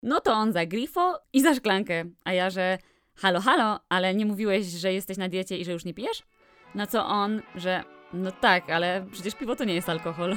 No to on za grifo i za szklankę. A ja, że halo, halo, ale nie mówiłeś, że jesteś na diecie i że już nie pijesz? Na co on, że no tak, ale przecież piwo to nie jest alkohol.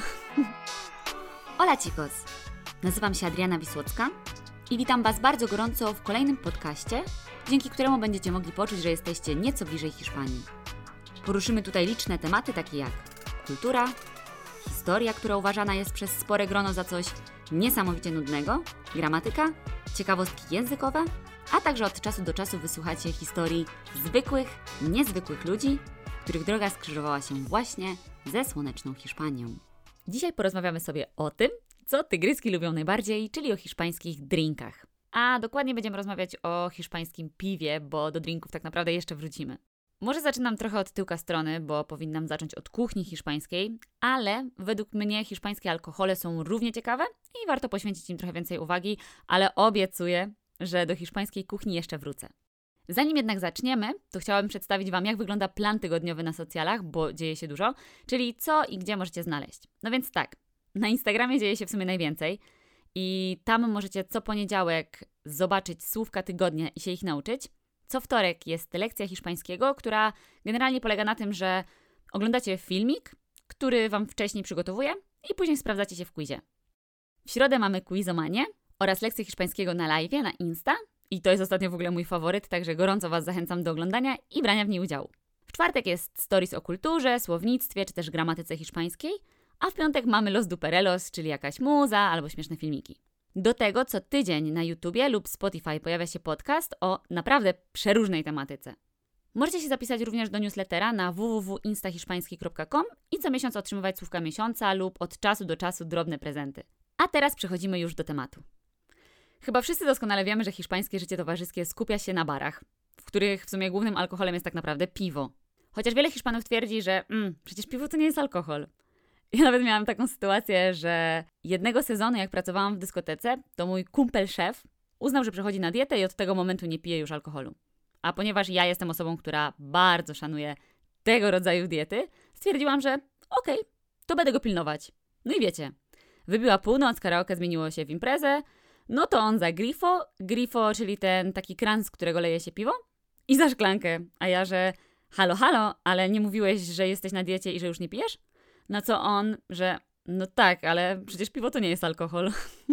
Hola chicos, nazywam się Adriana Wisłocka i witam Was bardzo gorąco w kolejnym podcaście, dzięki któremu będziecie mogli poczuć, że jesteście nieco bliżej Hiszpanii. Poruszymy tutaj liczne tematy takie jak kultura, historia, która uważana jest przez spore grono za coś niesamowicie nudnego, gramatyka, ciekawostki językowe, a także od czasu do czasu wysłuchacie historii zwykłych, niezwykłych ludzi, których droga skrzyżowała się właśnie ze słoneczną Hiszpanią. Dzisiaj porozmawiamy sobie o tym, co tygryski lubią najbardziej, czyli o hiszpańskich drinkach. A dokładnie będziemy rozmawiać o hiszpańskim piwie, bo do drinków tak naprawdę jeszcze wrócimy. Może zaczynam trochę od tyłka strony, bo powinnam zacząć od kuchni hiszpańskiej, ale według mnie hiszpańskie alkohole są równie ciekawe i warto poświęcić im trochę więcej uwagi, ale obiecuję, że do hiszpańskiej kuchni jeszcze wrócę. Zanim jednak zaczniemy, to chciałabym przedstawić Wam, jak wygląda plan tygodniowy na socjalach, bo dzieje się dużo, czyli co i gdzie możecie znaleźć. No więc tak, na Instagramie dzieje się w sumie najwięcej i tam możecie co poniedziałek zobaczyć słówka tygodnia i się ich nauczyć. Co wtorek jest lekcja hiszpańskiego, która generalnie polega na tym, że oglądacie filmik, który Wam wcześniej przygotowuję i później sprawdzacie się w quizie. W środę mamy quizomanię oraz lekcję hiszpańskiego na live'ie na Insta i to jest ostatnio w ogóle mój faworyt, także gorąco Was zachęcam do oglądania i brania w niej udziału. W czwartek jest stories o kulturze, słownictwie czy też gramatyce hiszpańskiej, a w piątek mamy Los Duperelos, czyli jakaś muza albo śmieszne filmiki. Do tego co tydzień na YouTubie lub Spotify pojawia się podcast o naprawdę przeróżnej tematyce. Możecie się zapisać również do newslettera na www.instahiszpański.com i co miesiąc otrzymywać słówka miesiąca lub od czasu do czasu drobne prezenty. A teraz przechodzimy już do tematu. Chyba wszyscy doskonale wiemy, że hiszpańskie życie towarzyskie skupia się na barach, w których w sumie głównym alkoholem jest tak naprawdę piwo. Chociaż wiele Hiszpanów twierdzi, że przecież piwo to nie jest alkohol. Ja nawet miałam taką sytuację, że jednego sezonu, jak pracowałam w dyskotece, to mój kumpel szef uznał, że przechodzi na dietę i od tego momentu nie pije już alkoholu. A ponieważ ja jestem osobą, która bardzo szanuje tego rodzaju diety, stwierdziłam, że okej, to będę go pilnować. No i wiecie, wybiła północ, karaoke zmieniło się w imprezę, no to on za grifo, czyli ten taki kran, z którego leje się piwo, i za szklankę. A ja, że halo, halo, ale nie mówiłeś, że jesteś na diecie i że już nie pijesz? Na co on, że no tak, ale przecież piwo to nie jest alkohol.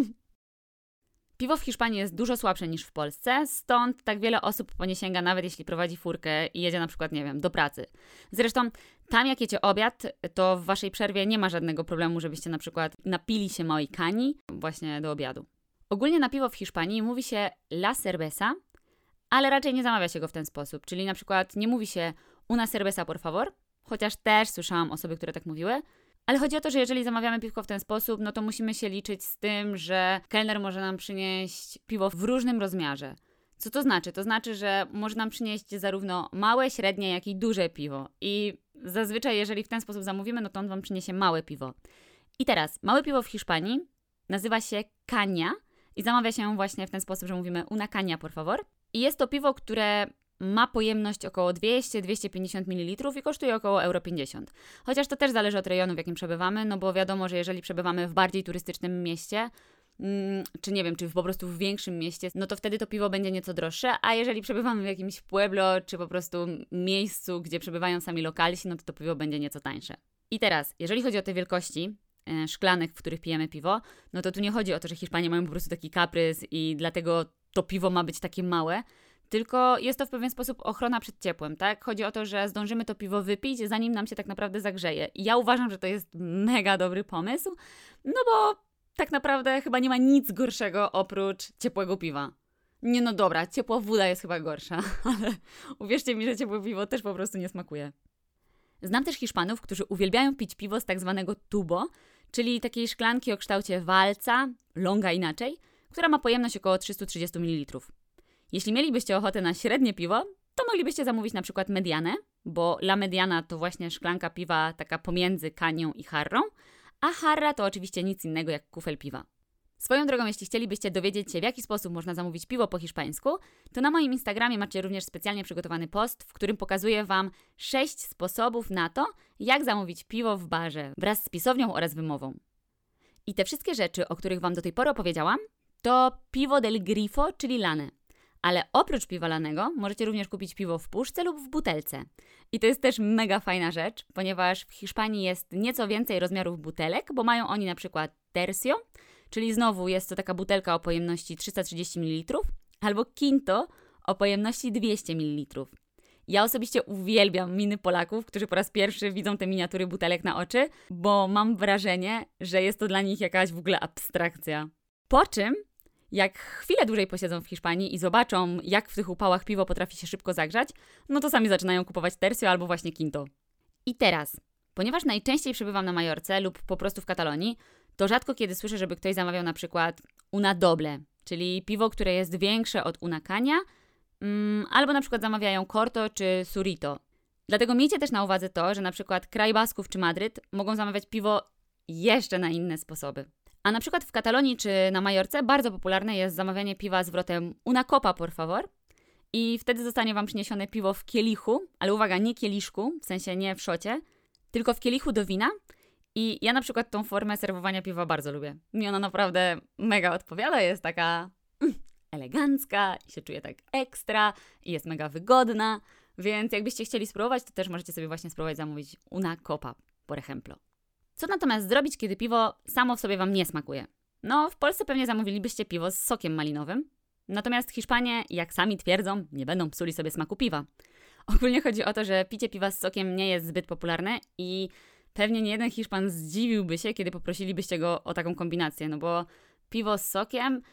Piwo w Hiszpanii jest dużo słabsze niż w Polsce, stąd tak wiele osób po nie sięga, nawet jeśli prowadzi furkę i jedzie na przykład, nie wiem, do pracy. Zresztą tam jak jecie obiad, to w waszej przerwie nie ma żadnego problemu, żebyście na przykład napili się małej kani właśnie do obiadu. Ogólnie na piwo w Hiszpanii mówi się la cerveza, ale raczej nie zamawia się go w ten sposób, czyli na przykład nie mówi się una cerveza por favor, chociaż też słyszałam osoby, które tak mówiły, ale chodzi o to, że jeżeli zamawiamy piwko w ten sposób, no to musimy się liczyć z tym, że kelner może nam przynieść piwo w różnym rozmiarze. Co to znaczy? To znaczy, że może nam przynieść zarówno małe, średnie, jak i duże piwo. I zazwyczaj, jeżeli w ten sposób zamówimy, no to on Wam przyniesie małe piwo. I teraz, małe piwo w Hiszpanii nazywa się caña i zamawia się właśnie w ten sposób, że mówimy una caña por favor. I jest to piwo, które ma pojemność około 200-250 ml i kosztuje około euro 50. Chociaż to też zależy od rejonu, w jakim przebywamy, no bo wiadomo, że jeżeli przebywamy w bardziej turystycznym mieście, czy nie wiem, czy po prostu w większym mieście, no to wtedy to piwo będzie nieco droższe, a jeżeli przebywamy w jakimś pueblo, czy po prostu miejscu, gdzie przebywają sami lokalsi, no to piwo będzie nieco tańsze. I teraz, jeżeli chodzi o te wielkości szklanek, w których pijemy piwo, no to tu nie chodzi o to, że Hiszpanie mają po prostu taki kaprys i dlatego to piwo ma być takie małe, tylko jest to w pewien sposób ochrona przed ciepłem, tak? Chodzi o to, że zdążymy to piwo wypić, zanim nam się tak naprawdę zagrzeje. I ja uważam, że to jest mega dobry pomysł, no bo tak naprawdę chyba nie ma nic gorszego oprócz ciepłego piwa. Nie no dobra, ciepła woda jest chyba gorsza, ale uwierzcie mi, że ciepłe piwo też po prostu nie smakuje. Znam też Hiszpanów, którzy uwielbiają pić piwo z tak zwanego tubo, czyli takiej szklanki o kształcie walca, longa inaczej, która ma pojemność około 330 ml. Jeśli mielibyście ochotę na średnie piwo, to moglibyście zamówić na przykład medianę, bo la mediana to właśnie szklanka piwa taka pomiędzy kanią i jarrą, a jarra to oczywiście nic innego jak kufel piwa. Swoją drogą, jeśli chcielibyście dowiedzieć się, w jaki sposób można zamówić piwo po hiszpańsku, to na moim Instagramie macie również specjalnie przygotowany post, w którym pokazuję Wam 6 sposobów na to, jak zamówić piwo w barze wraz z pisownią oraz wymową. I te wszystkie rzeczy, o których Wam do tej pory opowiedziałam, to piwo del Grifo, czyli lane. Ale oprócz piwa lanego możecie również kupić piwo w puszce lub w butelce. I to jest też mega fajna rzecz, ponieważ w Hiszpanii jest nieco więcej rozmiarów butelek, bo mają oni na przykład tercio, czyli znowu jest to taka butelka o pojemności 330 ml, albo quinto o pojemności 200 ml. Ja osobiście uwielbiam miny Polaków, którzy po raz pierwszy widzą te miniatury butelek na oczy, bo mam wrażenie, że jest to dla nich jakaś w ogóle abstrakcja. Po czym, jak chwilę dłużej posiedzą w Hiszpanii i zobaczą, jak w tych upałach piwo potrafi się szybko zagrzać, no to sami zaczynają kupować tercio albo właśnie quinto. I teraz, ponieważ najczęściej przebywam na Majorce lub po prostu w Katalonii, to rzadko kiedy słyszę, żeby ktoś zamawiał na przykład una doble, czyli piwo, które jest większe od una caña, albo na przykład zamawiają Corto czy Surito. Dlatego miejcie też na uwadze to, że na przykład Kraj Basków czy Madryt mogą zamawiać piwo jeszcze na inne sposoby. A na przykład w Katalonii czy na Majorce bardzo popularne jest zamawianie piwa zwrotem una copa por favor i wtedy zostanie Wam przyniesione piwo w kielichu, ale uwaga, nie kieliszku, w sensie nie w szocie, tylko w kielichu do wina. I ja na przykład tą formę serwowania piwa bardzo lubię. Mi ona naprawdę mega odpowiada, jest taka elegancka i się czuje tak ekstra i jest mega wygodna, więc jakbyście chcieli spróbować, to też możecie sobie właśnie spróbować zamówić una copa por ejemplo. Co natomiast zrobić, kiedy piwo samo w sobie Wam nie smakuje? No, w Polsce pewnie zamówilibyście piwo z sokiem malinowym, natomiast Hiszpanie, jak sami twierdzą, nie będą psuli sobie smaku piwa. Ogólnie chodzi o to, że picie piwa z sokiem nie jest zbyt popularne i pewnie nie jeden Hiszpan zdziwiłby się, kiedy poprosilibyście go o taką kombinację, no bo piwo z sokiem,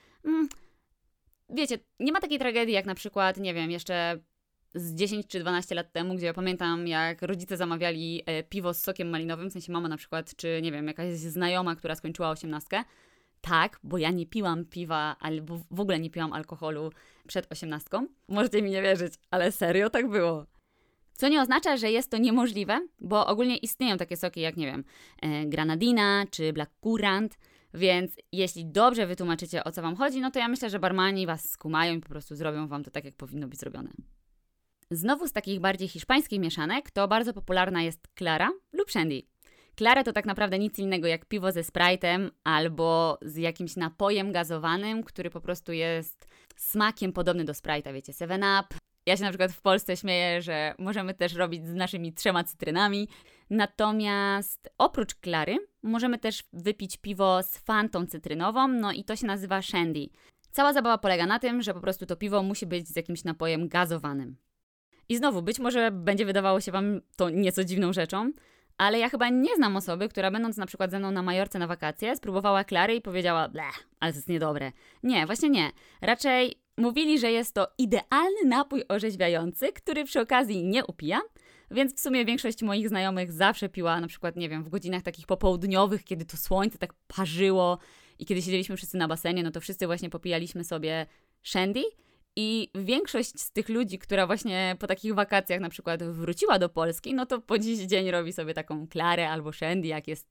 wiecie, nie ma takiej tragedii jak na przykład, nie wiem, jeszcze z 10 czy 12 lat temu, gdzie ja pamiętam, jak rodzice zamawiali piwo z sokiem malinowym, w sensie mama na przykład, czy nie wiem, jakaś znajoma, która skończyła 18. Tak, bo ja nie piłam piwa, albo w ogóle nie piłam alkoholu przed 18. Możecie mi nie wierzyć, ale serio tak było. Co nie oznacza, że jest to niemożliwe, bo ogólnie istnieją takie soki jak, nie wiem, Granadina czy Black Currant, więc jeśli dobrze wytłumaczycie, o co Wam chodzi, no to ja myślę, że barmani Was skumają i po prostu zrobią Wam to tak, jak powinno być zrobione. Znowu z takich bardziej hiszpańskich mieszanek to bardzo popularna jest Clara lub Shandy. Clara to tak naprawdę nic innego jak piwo ze Sprite'em albo z jakimś napojem gazowanym, który po prostu jest smakiem podobny do Sprite'a, wiecie, 7up. Ja się na przykład w Polsce śmieję, że możemy też robić z naszymi 3 cytrynami. Natomiast oprócz Clary możemy też wypić piwo z Fantą cytrynową, no i to się nazywa Shandy. Cała zabawa polega na tym, że po prostu to piwo musi być z jakimś napojem gazowanym. I znowu, być może będzie wydawało się Wam to nieco dziwną rzeczą, ale ja chyba nie znam osoby, która będąc na przykład ze mną na Majorce na wakacje, spróbowała Clary i powiedziała, ale to jest niedobre. Nie, właśnie nie. Raczej mówili, że jest to idealny napój orzeźwiający, który przy okazji nie upija, więc w sumie większość moich znajomych zawsze piła na przykład, nie wiem, w godzinach takich popołudniowych, kiedy to słońce tak parzyło i kiedy siedzieliśmy wszyscy na basenie, no to wszyscy właśnie popijaliśmy sobie Shandy. I większość z tych ludzi, która właśnie po takich wakacjach na przykład wróciła do Polski, no to po dziś dzień robi sobie taką Clarę albo Shandy,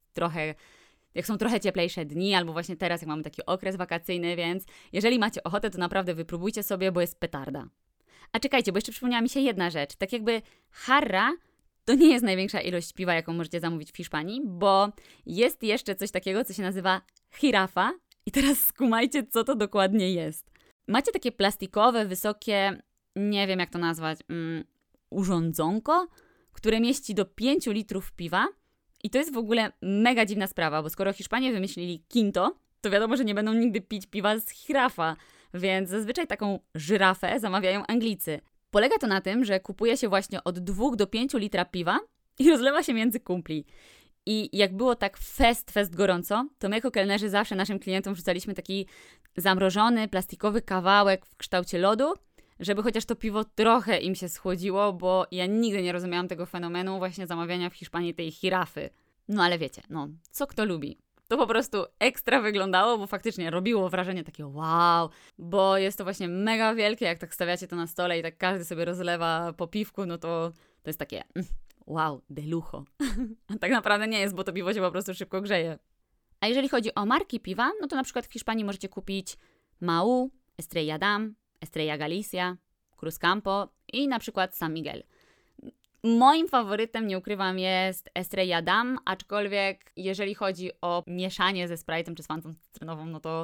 jak są trochę cieplejsze dni, albo właśnie teraz, jak mamy taki okres wakacyjny, więc jeżeli macie ochotę, to naprawdę wypróbujcie sobie, bo jest petarda. A czekajcie, bo jeszcze przypomniała mi się jedna rzecz. Tak jakby jarra to nie jest największa ilość piwa, jaką możecie zamówić w Hiszpanii, bo jest jeszcze coś takiego, co się nazywa jirafa. I teraz skumajcie, co to dokładnie jest. Macie takie plastikowe, wysokie, nie wiem jak to nazwać, urządzonko, które mieści do 5 litrów piwa. I to jest w ogóle mega dziwna sprawa, bo skoro Hiszpanie wymyślili quinto, to wiadomo, że nie będą nigdy pić piwa z jirafa, więc zazwyczaj taką żyrafę zamawiają Anglicy. Polega to na tym, że kupuje się właśnie od 2 do 5 litra piwa i rozlewa się między kumpli. I jak było tak fest gorąco, to my jako kelnerzy zawsze naszym klientom wrzucaliśmy taki zamrożony, plastikowy kawałek w kształcie lodu, żeby chociaż to piwo trochę im się schłodziło, bo ja nigdy nie rozumiałam tego fenomenu właśnie zamawiania w Hiszpanii tej jirafy. No ale wiecie, co kto lubi. To po prostu ekstra wyglądało, bo faktycznie robiło wrażenie takie wow, bo jest to właśnie mega wielkie, jak tak stawiacie to na stole i tak każdy sobie rozlewa po piwku, no to jest takie wow, de lujo. A tak naprawdę nie jest, bo to piwo się po prostu szybko grzeje. A jeżeli chodzi o marki piwa, no to na przykład w Hiszpanii możecie kupić Mau, Estrella Damm, Estrella Galicia, Cruzcampo i na przykład San Miguel. Moim faworytem, nie ukrywam, jest Estrella Damm, aczkolwiek jeżeli chodzi o mieszanie ze Sprite'em czy z Fantą cytrynową, no to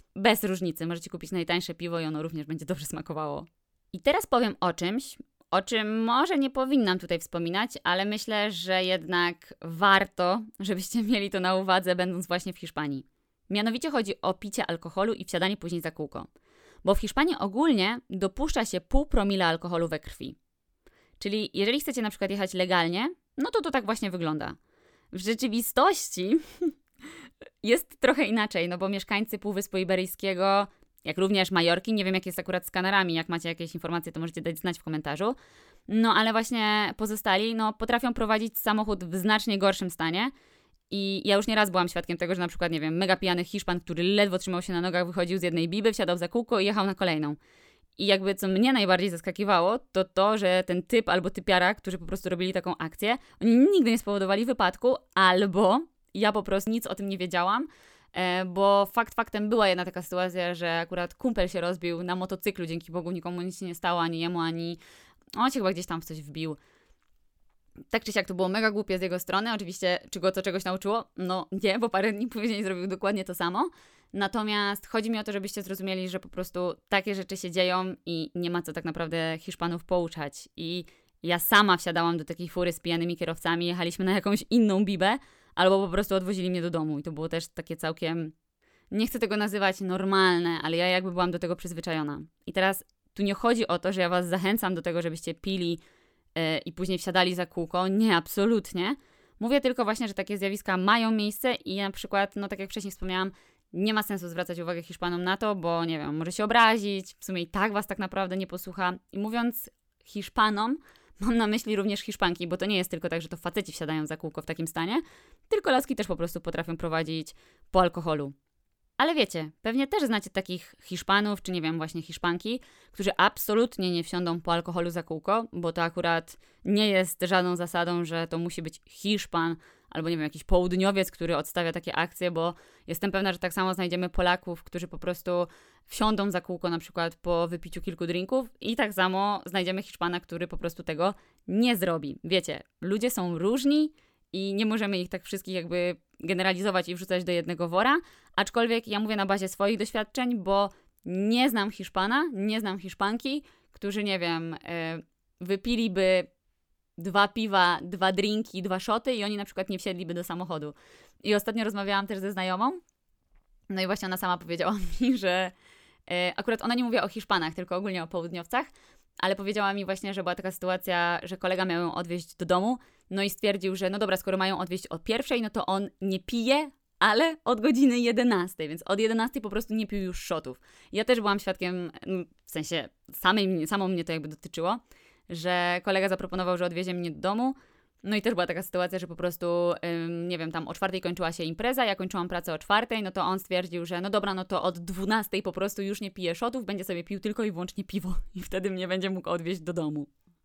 bez różnicy. Możecie kupić najtańsze piwo i ono również będzie dobrze smakowało. I teraz powiem o czymś, o czym może nie powinnam tutaj wspominać, ale myślę, że jednak warto, żebyście mieli to na uwadze, będąc właśnie w Hiszpanii. Mianowicie chodzi o picie alkoholu i wsiadanie później za kółko. Bo w Hiszpanii ogólnie dopuszcza się 0,5 promila alkoholu we krwi. Czyli jeżeli chcecie na przykład jechać legalnie, no to tak właśnie wygląda. W rzeczywistości jest trochę inaczej, no bo mieszkańcy Półwyspu Iberyjskiego, jak również Majorki, nie wiem jak jest akurat z Kanarami, jak macie jakieś informacje, to możecie dać znać w komentarzu, no ale właśnie pozostali, no potrafią prowadzić samochód w znacznie gorszym stanie i ja już nieraz byłam świadkiem tego, że na przykład, nie wiem, mega pijany Hiszpan, który ledwo trzymał się na nogach, wychodził z jednej biby, wsiadał za kółko i jechał na kolejną. I jakby co mnie najbardziej zaskakiwało, to, że ten typ albo typiara, którzy po prostu robili taką akcję, oni nigdy nie spowodowali wypadku, albo ja po prostu nic o tym nie wiedziałam, bo faktem była jedna taka sytuacja, że akurat kumpel się rozbił na motocyklu, dzięki Bogu nikomu nic się nie stało, ani jemu, ani on się chyba gdzieś tam w coś wbił. Tak czy siak to było mega głupie z jego strony, oczywiście czy go to czegoś nauczyło? No nie, bo parę dni później zrobił dokładnie to samo. Natomiast chodzi mi o to, żebyście zrozumieli, że po prostu takie rzeczy się dzieją i nie ma co tak naprawdę Hiszpanów pouczać. I ja sama wsiadałam do takiej fury z pijanymi kierowcami, jechaliśmy na jakąś inną bibę, albo po prostu odwozili mnie do domu. I to było też takie całkiem, nie chcę tego nazywać normalne, ale ja jakby byłam do tego przyzwyczajona. I teraz tu nie chodzi o to, że ja was zachęcam do tego, żebyście pili i później wsiadali za kółko. Nie, absolutnie. Mówię tylko właśnie, że takie zjawiska mają miejsce i na przykład, no tak jak wcześniej wspomniałam, nie ma sensu zwracać uwagi Hiszpanom na to, bo nie wiem, może się obrazić, w sumie i tak was tak naprawdę nie posłucha. I mówiąc Hiszpanom, mam na myśli również Hiszpanki, bo to nie jest tylko tak, że to faceci wsiadają za kółko w takim stanie, tylko laski też po prostu potrafią prowadzić po alkoholu. Ale wiecie, pewnie też znacie takich Hiszpanów, czy nie wiem, właśnie Hiszpanki, którzy absolutnie nie wsiądą po alkoholu za kółko, bo to akurat nie jest żadną zasadą, że to musi być Hiszpan albo nie wiem, jakiś południowiec, który odstawia takie akcje, bo jestem pewna, że tak samo znajdziemy Polaków, którzy po prostu wsiądą za kółko na przykład po wypiciu kilku drinków i tak samo znajdziemy Hiszpana, który po prostu tego nie zrobi. Wiecie, ludzie są różni i nie możemy ich tak wszystkich jakby generalizować i wrzucać do jednego wora, aczkolwiek ja mówię na bazie swoich doświadczeń, bo nie znam Hiszpana, nie znam Hiszpanki, którzy, nie wiem, wypiliby 2 piwa, 2 drinki, 2 szoty i oni na przykład nie wsiedliby do samochodu. I ostatnio rozmawiałam też ze znajomą, no i właśnie ona sama powiedziała mi, że akurat ona nie mówiła o Hiszpanach, tylko ogólnie o południowcach, ale powiedziała mi właśnie, że była taka sytuacja, że kolega miał ją odwieźć do domu, no i stwierdził, że no dobra, skoro mają odwieźć o 1:00, no to on nie pije, ale od godziny 11, więc od 11 po prostu nie pił już szotów. Ja też byłam świadkiem, w sensie samą mnie to jakby dotyczyło, że kolega zaproponował, że odwiezie mnie do domu, no i też była taka sytuacja, że po prostu, nie wiem, tam o 4:00 kończyła się impreza, ja kończyłam pracę o 4:00, no to on stwierdził, że no dobra, no to od 12:00 po prostu już nie pije szotów, będzie sobie pił tylko i wyłącznie piwo i wtedy mnie będzie mógł odwieźć do domu.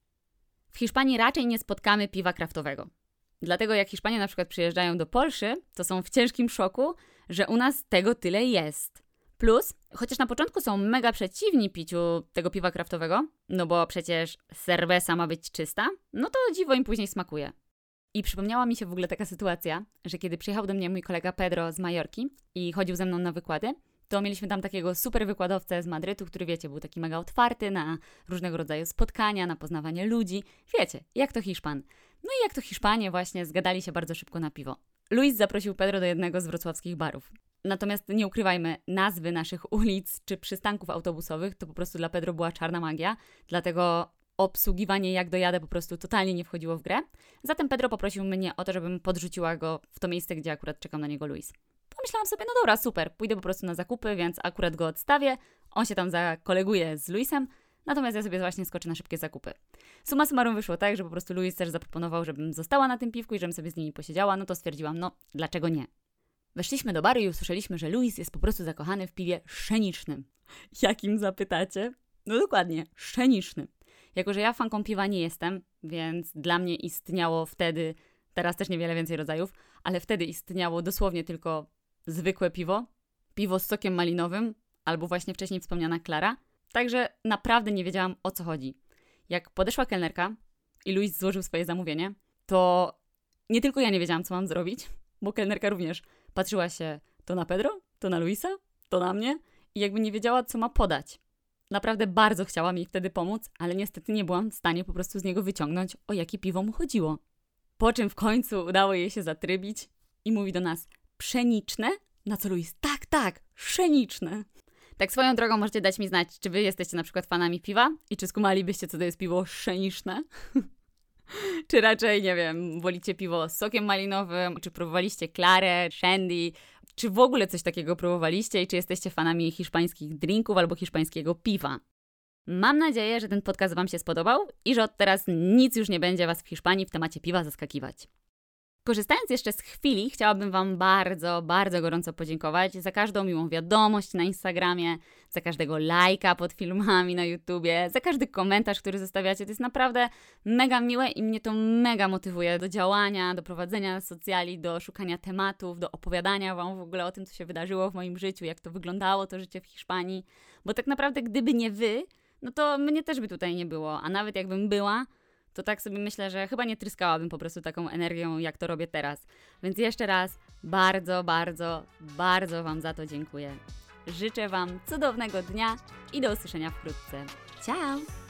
W Hiszpanii raczej nie spotkamy piwa kraftowego. Dlatego jak Hiszpanie na przykład przyjeżdżają do Polszy, to są w ciężkim szoku, że u nas tego tyle jest. Plus, chociaż na początku są mega przeciwni piciu tego piwa kraftowego, no bo przecież cerveza ma być czysta, no to dziwo im później smakuje. I przypomniała mi się w ogóle taka sytuacja, że kiedy przyjechał do mnie mój kolega Pedro z Majorki i chodził ze mną na wykłady, to mieliśmy tam takiego super wykładowcę z Madrytu, który wiecie, był taki mega otwarty na różnego rodzaju spotkania, na poznawanie ludzi. Wiecie, jak to Hiszpan. No i jak to Hiszpanie właśnie zgadali się bardzo szybko na piwo. Luis zaprosił Pedro do jednego z wrocławskich barów. Natomiast nie ukrywajmy, nazwy naszych ulic czy przystanków autobusowych to po prostu dla Pedro była czarna magia, dlatego obsługiwanie jak dojadę po prostu totalnie nie wchodziło w grę. Zatem Pedro poprosił mnie o to, żebym podrzuciła go w to miejsce, gdzie akurat czekał na niego Luis. Pomyślałam sobie, no dobra, super, pójdę po prostu na zakupy, więc akurat go odstawię, on się tam zakoleguje z Luisem, natomiast ja sobie właśnie skoczę na szybkie zakupy. Summa summarum wyszło tak, że po prostu Luis też zaproponował, żebym została na tym piwku i żebym sobie z nimi posiedziała, no to stwierdziłam, no dlaczego nie? Weszliśmy do baru i usłyszeliśmy, że Luis jest po prostu zakochany w piwie pszenicznym. Jakim zapytacie? No dokładnie, pszenicznym. Jako że ja fanką piwa nie jestem, więc dla mnie istniało wtedy, teraz też niewiele więcej rodzajów, ale wtedy istniało dosłownie tylko zwykłe piwo, piwo z sokiem malinowym, albo właśnie wcześniej wspomniana Klara. Także naprawdę nie wiedziałam, o co chodzi. Jak podeszła kelnerka i Luis złożył swoje zamówienie, to nie tylko ja nie wiedziałam, co mam zrobić, bo kelnerka również patrzyła się to na Pedro, to na Luisa, to na mnie i jakby nie wiedziała, co ma podać. Naprawdę bardzo chciałam jej wtedy pomóc, ale niestety nie byłam w stanie po prostu z niego wyciągnąć, o jakie piwo mu chodziło. Po czym w końcu udało jej się zatrybić i mówi do nas: pszeniczne? Na co Louise: tak, pszeniczne. Tak swoją drogą możecie dać mi znać, czy wy jesteście na przykład fanami piwa i czy skumalibyście, co to jest piwo pszeniczne? Czy raczej, nie wiem, wolicie piwo z sokiem malinowym, czy próbowaliście Klarę, Shandy, czy w ogóle coś takiego próbowaliście i czy jesteście fanami hiszpańskich drinków albo hiszpańskiego piwa? Mam nadzieję, że ten podcast wam się spodobał i że od teraz nic już nie będzie was w Hiszpanii w temacie piwa zaskakiwać. Korzystając jeszcze z chwili, chciałabym wam bardzo, bardzo gorąco podziękować za każdą miłą wiadomość na Instagramie, za każdego lajka pod filmami na YouTubie, za każdy komentarz, który zostawiacie. To jest naprawdę mega miłe i mnie to mega motywuje do działania, do prowadzenia socjali, do szukania tematów, do opowiadania wam w ogóle o tym, co się wydarzyło w moim życiu, jak to wyglądało, to życie w Hiszpanii. Bo tak naprawdę gdyby nie wy, no to mnie też by tutaj nie było, a nawet jakbym była, to tak sobie myślę, że chyba nie tryskałabym po prostu taką energią, jak to robię teraz. Więc jeszcze raz bardzo, bardzo, bardzo wam za to dziękuję. Życzę wam cudownego dnia i do usłyszenia wkrótce. Ciao!